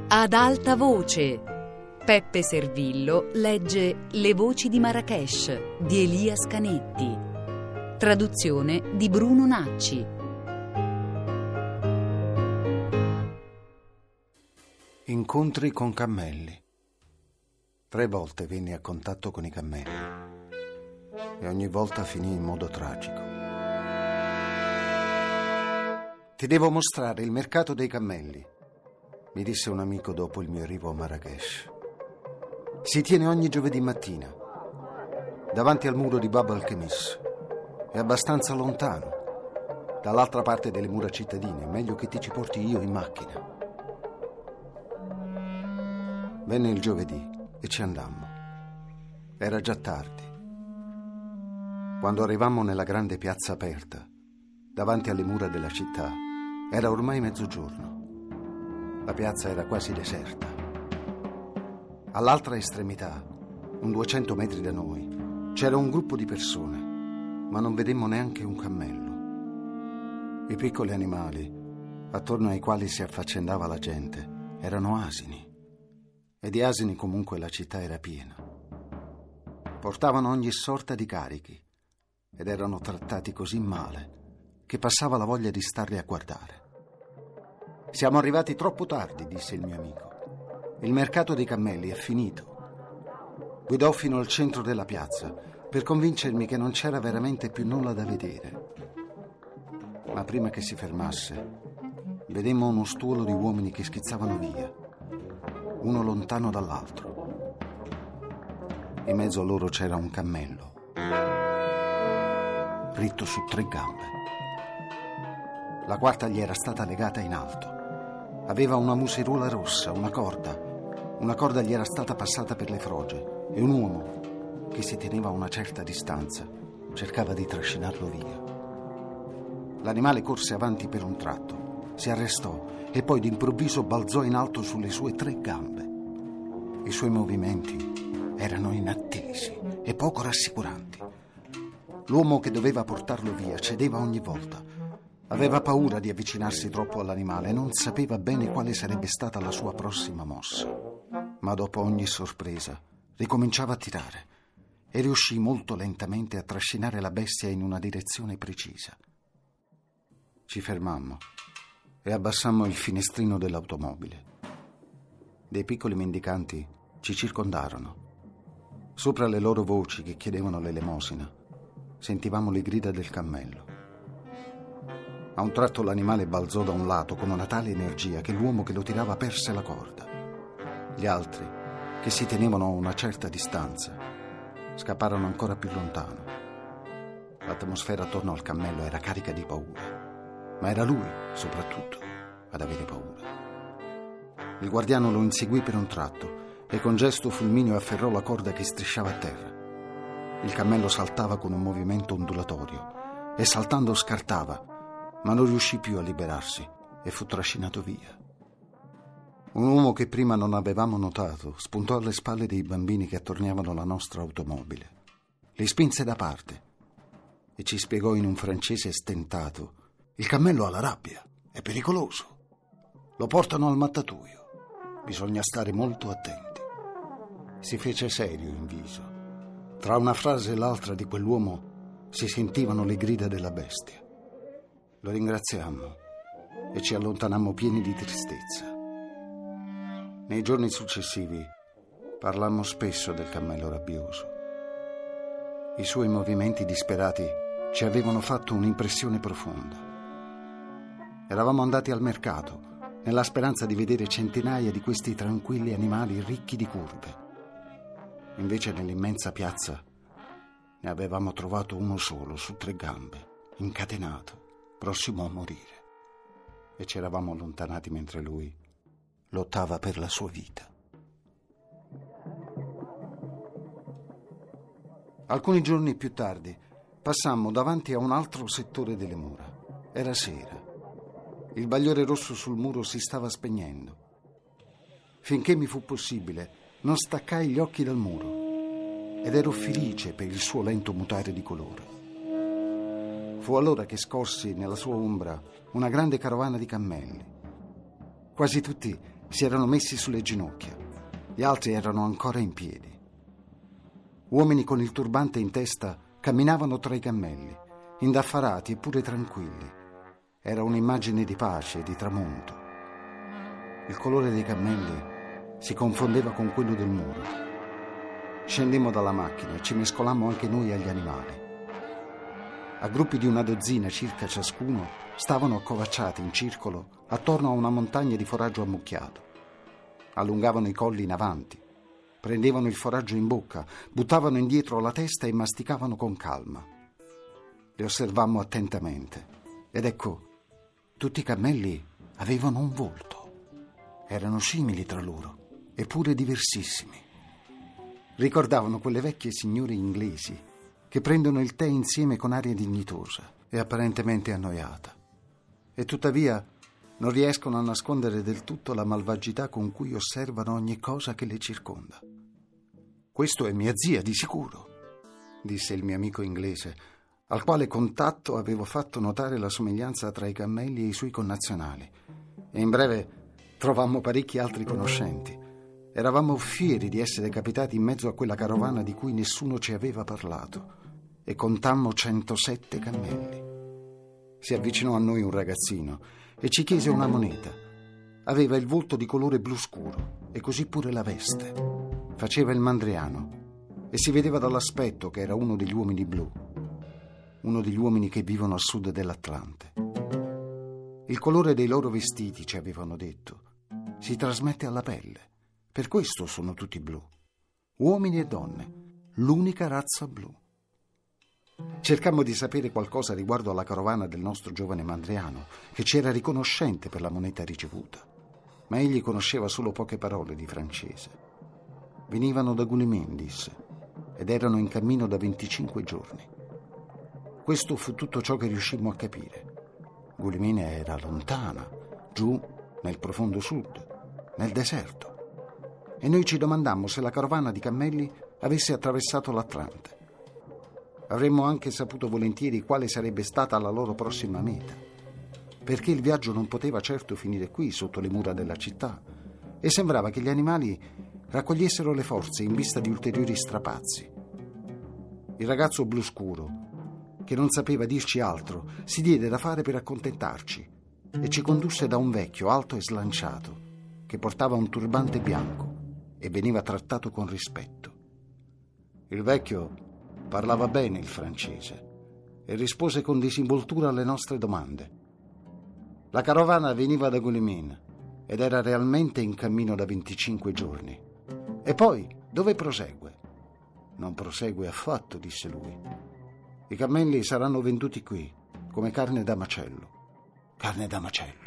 Ad alta voce. Peppe Servillo legge Le voci di Marrakesh di Elias Canetti. Traduzione di Bruno Nacci. Incontri con cammelli. 3 volte venni a contatto con i cammelli e ogni volta finì in modo tragico. Ti devo mostrare il mercato dei cammelli, mi disse un amico dopo il mio arrivo a Marrakesh. Si tiene ogni giovedì mattina, davanti al muro di Bab al-Khemis. È abbastanza lontano, dall'altra parte delle mura cittadine. È meglio che ti ci porti io in macchina. Venne il giovedì e ci andammo. Era già tardi. Quando arrivammo nella grande piazza aperta, davanti alle mura della città, era ormai mezzogiorno. La piazza era quasi deserta. All'altra estremità, un 200 metri da noi, c'era un gruppo di persone, ma non vedemmo neanche un cammello. I piccoli animali, attorno ai quali si affaccendava la gente, erano asini. E di asini comunque la città era piena. Portavano ogni sorta di carichi ed erano trattati così male che passava la voglia di starli a guardare. Siamo arrivati troppo tardi, disse il mio amico. Il mercato dei cammelli è finito. Guidò fino al centro della piazza per convincermi che non c'era veramente più nulla da vedere. Ma prima che si fermasse, vedemmo uno stuolo di uomini che schizzavano via, uno lontano dall'altro. In mezzo a loro c'era un cammello, ritto su 3 gambe. La quarta gli era stata legata in alto. Aveva una museruola rossa, una corda gli era stata passata per le froge e un uomo, che si teneva a una certa distanza, cercava di trascinarlo via. L'animale corse avanti per un tratto, si arrestò e poi d'improvviso balzò in alto sulle sue 3 gambe. I suoi movimenti erano inattesi e poco rassicuranti. L'uomo che doveva portarlo via cedeva ogni volta. Aveva paura di avvicinarsi troppo all'animale e non sapeva bene quale sarebbe stata la sua prossima mossa. Ma dopo ogni sorpresa ricominciava a tirare e riuscì molto lentamente a trascinare la bestia in una direzione precisa. Ci fermammo e abbassammo il finestrino dell'automobile. Dei piccoli mendicanti ci circondarono. Sopra le loro voci che chiedevano l'elemosina sentivamo le grida del cammello. A un tratto l'animale balzò da un lato con una tale energia che l'uomo che lo tirava perse la corda. Gli altri, che si tenevano a una certa distanza, scapparono ancora più lontano. L'atmosfera attorno al cammello era carica di paura, ma era lui, soprattutto, ad avere paura. Il guardiano lo inseguì per un tratto e con gesto fulmineo afferrò la corda che strisciava a terra. Il cammello saltava con un movimento ondulatorio e saltando scartava, ma non riuscì più a liberarsi e fu trascinato via. Un uomo che prima non avevamo notato spuntò alle spalle dei bambini che attorniavano la nostra automobile. Li spinse da parte e ci spiegò in un francese stentato: il cammello ha la rabbia, è pericoloso. Lo portano al mattatoio. Bisogna stare molto attenti. Si fece serio in viso. Tra una frase e l'altra di quell'uomo si sentivano le grida della bestia. Lo ringraziammo e ci allontanammo pieni di tristezza. Nei giorni successivi parlammo spesso del cammello rabbioso. I suoi movimenti disperati ci avevano fatto un'impressione profonda. Eravamo andati al mercato nella speranza di vedere centinaia di questi tranquilli animali ricchi di curve. Invece nell'immensa piazza ne avevamo trovato uno solo su 3 gambe, incatenato, prossimo a morire, e ci eravamo allontanati mentre lui lottava per la sua vita. Alcuni giorni più tardi passammo davanti a un altro settore delle mura. Era sera. Il bagliore rosso sul muro si stava spegnendo. Finché mi fu possibile, non staccai gli occhi dal muro ed ero felice per il suo lento mutare di colore. Fu allora che scorsi nella sua ombra una grande carovana di cammelli. Quasi tutti si erano messi sulle ginocchia, gli altri erano ancora in piedi. Uomini con il turbante in testa camminavano tra i cammelli, indaffarati eppure tranquilli. Era un'immagine di pace e di tramonto. Il colore dei cammelli si confondeva con quello del muro. Scendemmo dalla macchina e ci mescolammo anche noi agli animali. A gruppi di una dozzina circa ciascuno stavano accovacciati in circolo attorno a una montagna di foraggio ammucchiato. Allungavano i colli in avanti, prendevano il foraggio in bocca, buttavano indietro la testa e masticavano con calma. Li osservammo attentamente ed ecco, tutti i cammelli avevano un volto. Erano simili tra loro, eppure diversissimi. Ricordavano quelle vecchie signore inglesi che prendono il tè insieme con aria dignitosa e apparentemente annoiata. E tuttavia non riescono a nascondere del tutto la malvagità con cui osservano ogni cosa che le circonda. «Questo è mia zia, di sicuro», disse il mio amico inglese, al quale contatto avevo fatto notare la somiglianza tra i cammelli e i suoi connazionali. E in breve trovammo parecchi altri conoscenti. Eravamo fieri di essere capitati in mezzo a quella carovana di cui nessuno ci aveva parlato e contammo 107 cammelli. Si avvicinò a noi un ragazzino e ci chiese una moneta. Aveva il volto di colore blu scuro e così pure la veste. Faceva il mandriano e si vedeva dall'aspetto che era uno degli uomini blu, uno degli uomini che vivono a sud dell'Atlante. Il colore dei loro vestiti, ci avevano detto, si trasmette alla pelle. Per questo sono tutti blu. Uomini e donne, l'unica razza blu. Cercammo di sapere qualcosa riguardo alla carovana del nostro giovane mandriano, che ci era riconoscente per la moneta ricevuta. Ma egli conosceva solo poche parole di francese. Venivano da Guillemins, disse, ed erano in cammino da 25 giorni. Questo fu tutto ciò che riuscimmo a capire. Guillemins era lontana, giù nel profondo sud, nel deserto. E noi ci domandammo se la carovana di cammelli avesse attraversato l'Atlante. Avremmo anche saputo volentieri quale sarebbe stata la loro prossima meta, perché il viaggio non poteva certo finire qui, sotto le mura della città, e sembrava che gli animali raccogliessero le forze in vista di ulteriori strapazzi. Il ragazzo blu scuro, che non sapeva dirci altro, si diede da fare per accontentarci e ci condusse da un vecchio alto e slanciato che portava un turbante bianco e veniva trattato con rispetto. Il vecchio parlava bene il francese e rispose con disinvoltura alle nostre domande. La carovana veniva da Guillemins ed era realmente in cammino da 25 giorni. E poi, dove prosegue? Non prosegue affatto, disse lui. I cammelli saranno venduti qui, come carne da macello. Carne da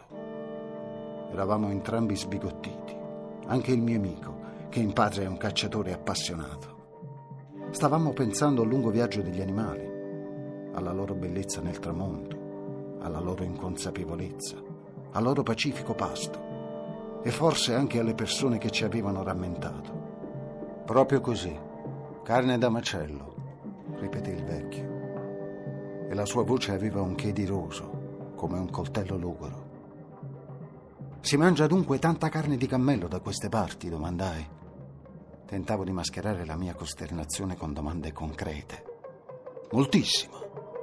macello. Eravamo entrambi sbigottiti, anche il mio amico, che in patria è un cacciatore appassionato. Stavamo pensando al lungo viaggio degli animali, alla loro bellezza nel tramonto, alla loro inconsapevolezza, al loro pacifico pasto e forse anche alle persone che ci avevano rammentato. Proprio così, carne da macello, ripeté il vecchio, e la sua voce aveva un che di iroso, come un coltello logoro. Si mangia dunque tanta carne di cammello da queste parti? Domandai. Tentavo di mascherare la mia costernazione con domande concrete. Moltissima.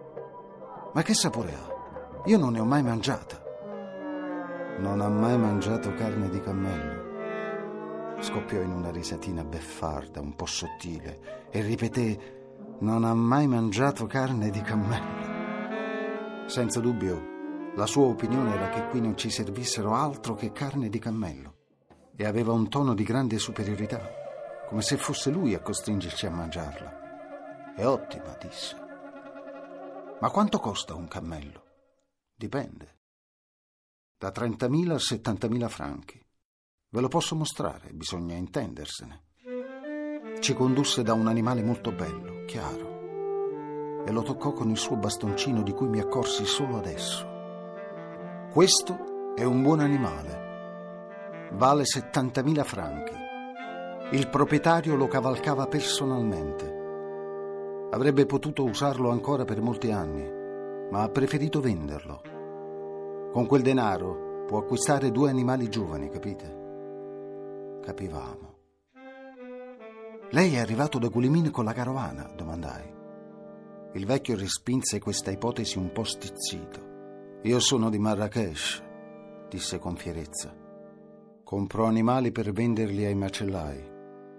Ma che sapore ha? Io non ne ho mai mangiata. Non ha mai mangiato carne di cammello? Scoppiò in una risatina beffarda, un po' sottile, e ripeté: non ha mai mangiato carne di cammello. Senza dubbio, la sua opinione era che qui non ci servissero altro che carne di cammello, e aveva un tono di grande superiorità, come se fosse lui a costringerci a mangiarla. È ottima, disse. Ma quanto costa un cammello? Dipende. Da 30.000 a 70.000 franchi. Ve lo posso mostrare, bisogna intendersene. Ci condusse da un animale molto bello, chiaro, e lo toccò con il suo bastoncino di cui mi accorsi solo adesso. Questo è un buon animale. Vale 70.000 franchi. Il proprietario lo cavalcava personalmente. Avrebbe potuto usarlo ancora per molti anni, ma ha preferito venderlo. Con quel denaro può acquistare 2 animali giovani, capite? capivamo. «Lei è arrivato da Gulimini con la carovana?» domandai. Il vecchio respinse questa ipotesi un po' stizzito. «Io sono di Marrakesh», disse con fierezza. «Compro animali per venderli ai macellai».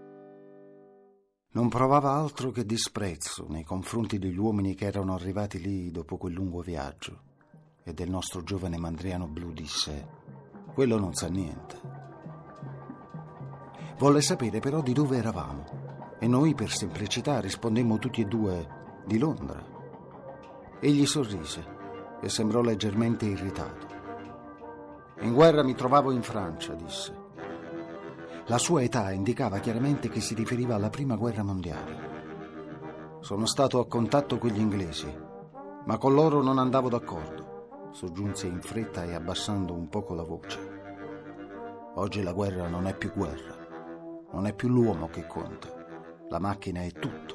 Non provava altro che disprezzo nei confronti degli uomini che erano arrivati lì dopo quel lungo viaggio, e del nostro giovane mandriano blu disse: «Quello non sa niente». Volle sapere però di dove eravamo, e noi per semplicità rispondemmo tutti e due: «Di Londra». Egli sorrise e sembrò leggermente irritato. «In guerra mi trovavo in Francia», disse. La sua età indicava chiaramente che si riferiva alla Prima Guerra Mondiale. «Sono stato a contatto con gli inglesi, ma con loro non andavo d'accordo», soggiunse in fretta e abbassando un poco la voce. «Oggi la guerra non è più guerra, non è più l'uomo che conta, la macchina è tutto».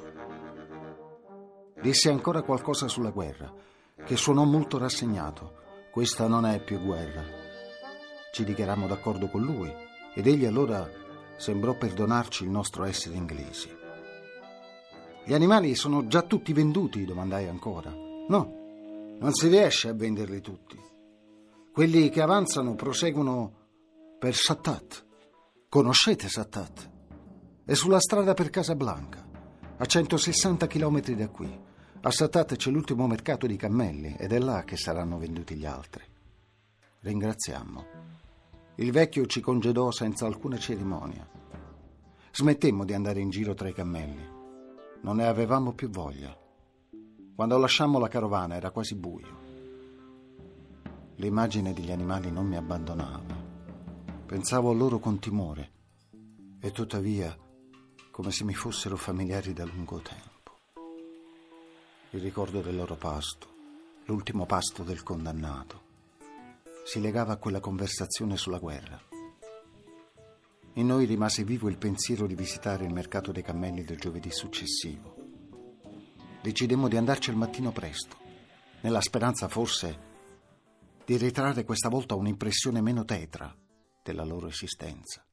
Disse ancora qualcosa sulla guerra, che suonò molto rassegnato. «Questa non è più guerra». Ci dichiarammo d'accordo con lui, ed egli allora sembrò perdonarci il nostro essere inglesi. «Gli animali sono già tutti venduti?» domandai ancora. «No, non si riesce a venderli tutti. Quelli che avanzano proseguono per Sattat. Conoscete Sattat? È sulla strada per Casablanca, a 160 chilometri da qui. A Sattat c'è l'ultimo mercato di cammelli ed è là che saranno venduti gli altri». Ringraziammo. Il vecchio ci congedò senza alcuna cerimonia. Smettemmo di andare in giro tra i cammelli. Non ne avevamo più voglia. Quando lasciammo la carovana era quasi buio. L'immagine degli animali non mi abbandonava. Pensavo a loro con timore e tuttavia come se mi fossero familiari da lungo tempo. Il ricordo del loro pasto, l'ultimo pasto del condannato, si legava a quella conversazione sulla guerra. In noi rimase vivo il pensiero di visitare il mercato dei cammelli del giovedì successivo. Decidemmo di andarci al mattino presto, nella speranza forse di ritrarre questa volta un'impressione meno tetra della loro esistenza.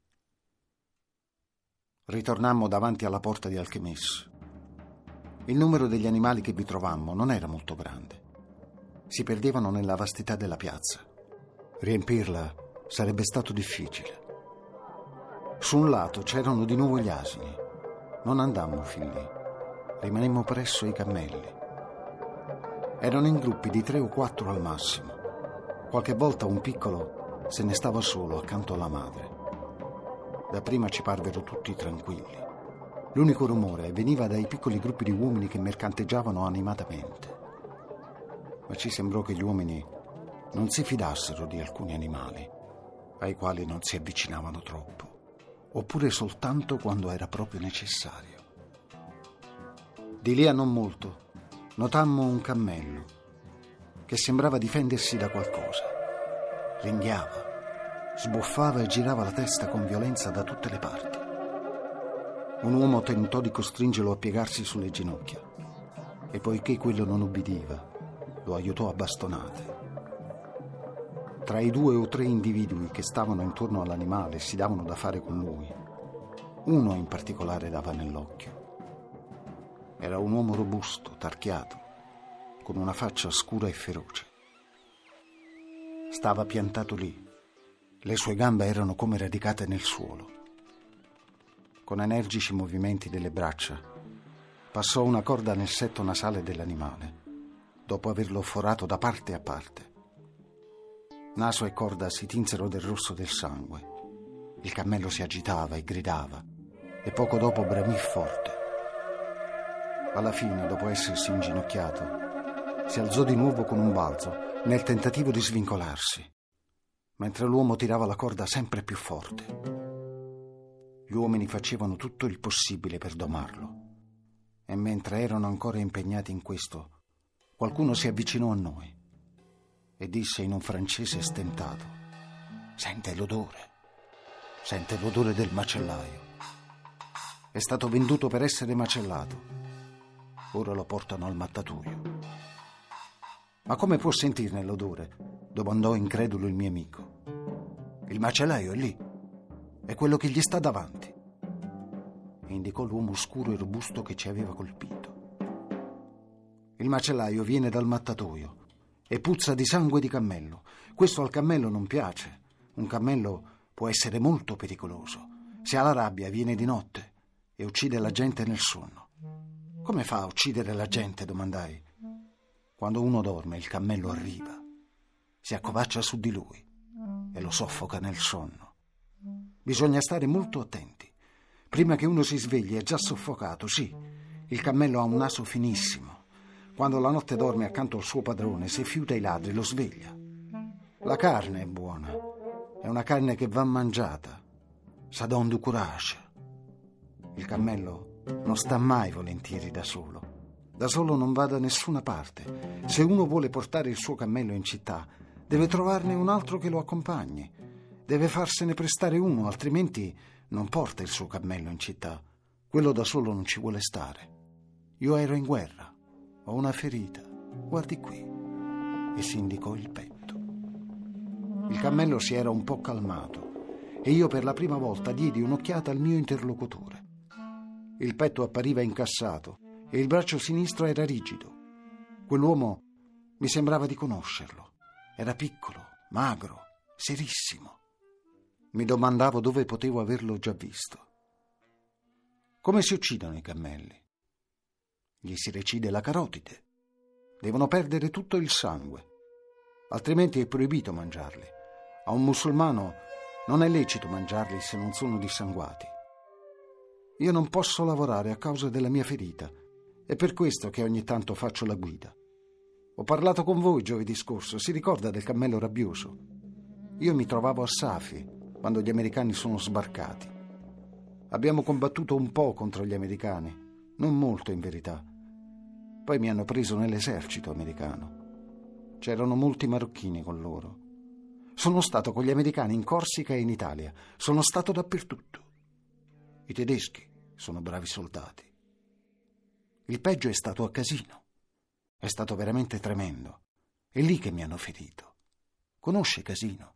Ritornammo davanti alla porta di Alchemis. Il numero degli animali che vi trovammo non era molto grande. Si perdevano nella vastità della piazza. Riempirla sarebbe stato difficile. Su un lato c'erano di nuovo gli asini. Non andammo fin lì. Rimanemmo presso i cammelli. Erano in gruppi di 3 o 4 al massimo. Qualche volta un piccolo se ne stava solo accanto alla madre. Dapprima ci parvero tutti tranquilli. L'unico rumore veniva dai piccoli gruppi di uomini che mercanteggiavano animatamente. Ma ci sembrò che gli uomini non si fidassero di alcuni animali, ai quali non si avvicinavano troppo, oppure soltanto quando era proprio necessario. Di lì a non molto notammo un cammello che sembrava difendersi da qualcosa. Ringhiava, sbuffava e girava la testa con violenza da tutte le parti. Un uomo tentò di costringerlo a piegarsi sulle ginocchia e poiché quello non ubbidiva, lo aiutò a bastonate. Tra i 2 o 3 individui che stavano intorno all'animale e si davano da fare con lui, uno in particolare dava nell'occhio. Era un uomo robusto, tarchiato, con una faccia scura e feroce. Stava piantato lì. Le sue gambe erano come radicate nel suolo. Con energici movimenti delle braccia passò una corda nel setto nasale dell'animale, dopo averlo forato da parte a parte. Naso e corda si tinsero del rosso del sangue. Il cammello si agitava e gridava e poco dopo bramì forte. Alla fine, dopo essersi inginocchiato, si alzò di nuovo con un balzo nel tentativo di svincolarsi, mentre l'uomo tirava la corda sempre più forte. Gli uomini facevano tutto il possibile per domarlo e mentre erano ancora impegnati in questo, qualcuno si avvicinò a noi e disse in un francese stentato: Sente l'odore del macellaio. È stato venduto per essere macellato. Ora lo portano al mattatoio». «Ma come può sentirne l'odore?» domandò incredulo il mio amico. «Il macellaio è lì. è quello che gli sta davanti. E indicò l'uomo scuro e robusto che ci aveva colpito. Il macellaio viene dal mattatoio e puzza di sangue di cammello. Questo al cammello non piace. Un cammello può essere molto pericoloso. Se ha la rabbia viene di notte e uccide la gente nel sonno. Come fa a uccidere la gente? Domandai. Quando uno dorme, il cammello arriva, si accovaccia su di lui e lo soffoca nel sonno. Bisogna stare molto attenti. Prima che uno si svegli è già soffocato, sì. Il cammello ha un naso finissimo. Quando la notte dorme accanto al suo padrone, se fiuta i ladri, lo sveglia. La carne è buona. È una carne che va mangiata. Ça donne du courage. Il cammello non sta mai volentieri da solo. Da solo non va da nessuna parte. Se uno vuole portare il suo cammello in città, deve trovarne un altro che lo accompagni. Deve farsene prestare uno, altrimenti non porta il suo cammello in città. Quello da solo non ci vuole stare. Io ero in guerra. Ho una ferita. Guardi qui. E si indicò il petto. Il cammello si era un po' calmato e io per la prima volta diedi un'occhiata al mio interlocutore. Il petto appariva incassato e il braccio sinistro era rigido. Quell'uomo mi sembrava di conoscerlo. Era piccolo, magro, serissimo. Mi domandavo dove potevo averlo già visto. Come si uccidono i cammelli? Gli si recide la carotide. Devono perdere tutto il sangue, altrimenti è proibito mangiarli. A un musulmano non è lecito mangiarli se non sono dissanguati. Io non posso lavorare a causa della mia ferita. È per questo che ogni tanto faccio la guida. Ho parlato con voi giovedì scorso, si ricorda del cammello rabbioso? Io mi trovavo a Safi quando gli americani sono sbarcati. Abbiamo combattuto un po' contro gli americani, non molto in verità. Poi mi hanno preso nell'esercito americano. C'erano molti marocchini con loro. Sono stato con gli americani in Corsica e in Italia. Sono stato dappertutto. I tedeschi sono bravi soldati. Il peggio è stato a Casino. È stato veramente tremendo. È lì che mi hanno ferito. Conosce Casino?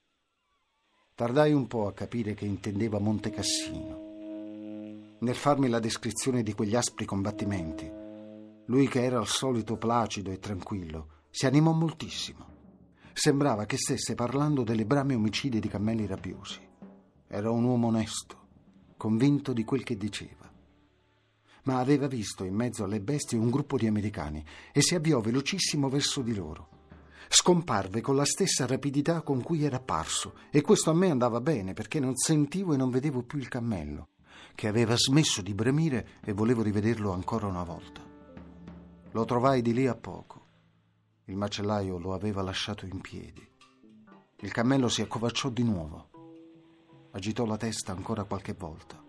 Tardai un po' a capire che intendeva Monte Cassino. Nel farmi la descrizione di quegli aspri combattimenti, lui che era al solito placido e tranquillo, si animò moltissimo. Sembrava che stesse parlando delle brame omicide di cammelli rabbiosi. Era un uomo onesto, convinto di quel che diceva. Ma aveva visto in mezzo alle bestie un gruppo di americani e si avviò velocissimo verso di loro. Scomparve con la stessa rapidità con cui era apparso, e questo a me andava bene perché non sentivo e non vedevo più il cammello, che aveva smesso di bramire, e volevo rivederlo ancora una volta. Lo trovai di lì a poco. Il macellaio lo aveva lasciato in piedi. Il cammello si accovacciò di nuovo. Agitò la testa ancora qualche volta.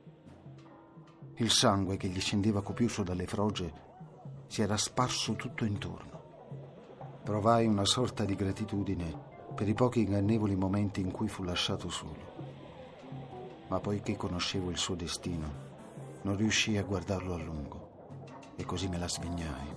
Il sangue che gli scendeva copioso dalle froge si era sparso tutto intorno. Provai una sorta di gratitudine per i pochi ingannevoli momenti in cui fu lasciato solo. Ma poiché conoscevo il suo destino, non riuscii a guardarlo a lungo e così me la svignai.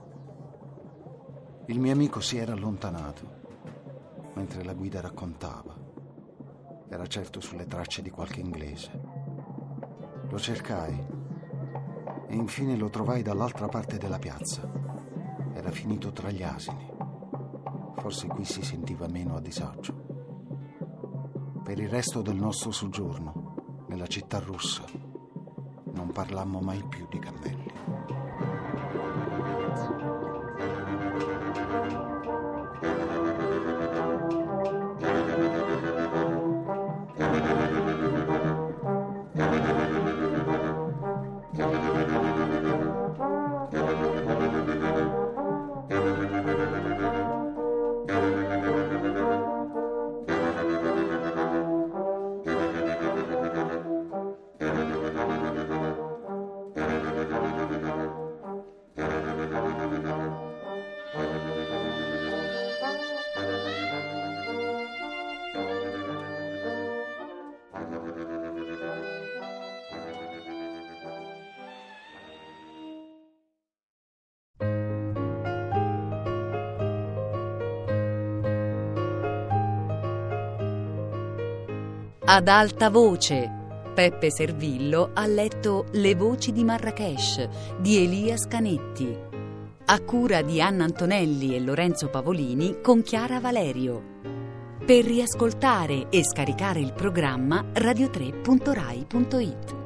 Il mio amico si era allontanato mentre la guida raccontava. Era certo sulle tracce di qualche inglese. Lo cercai e infine lo trovai dall'altra parte della piazza. Era finito tra gli asini. Forse qui si sentiva meno a disagio. Per il resto del nostro soggiorno nella città russa non parlammo mai più di cammelli. Ad alta voce, Peppe Servillo ha letto Le voci di Marrakesh di Elia Scanetti, a cura di Anna Antonelli e Lorenzo Pavolini con Chiara Valerio. Per riascoltare e scaricare il programma radio3.rai.it.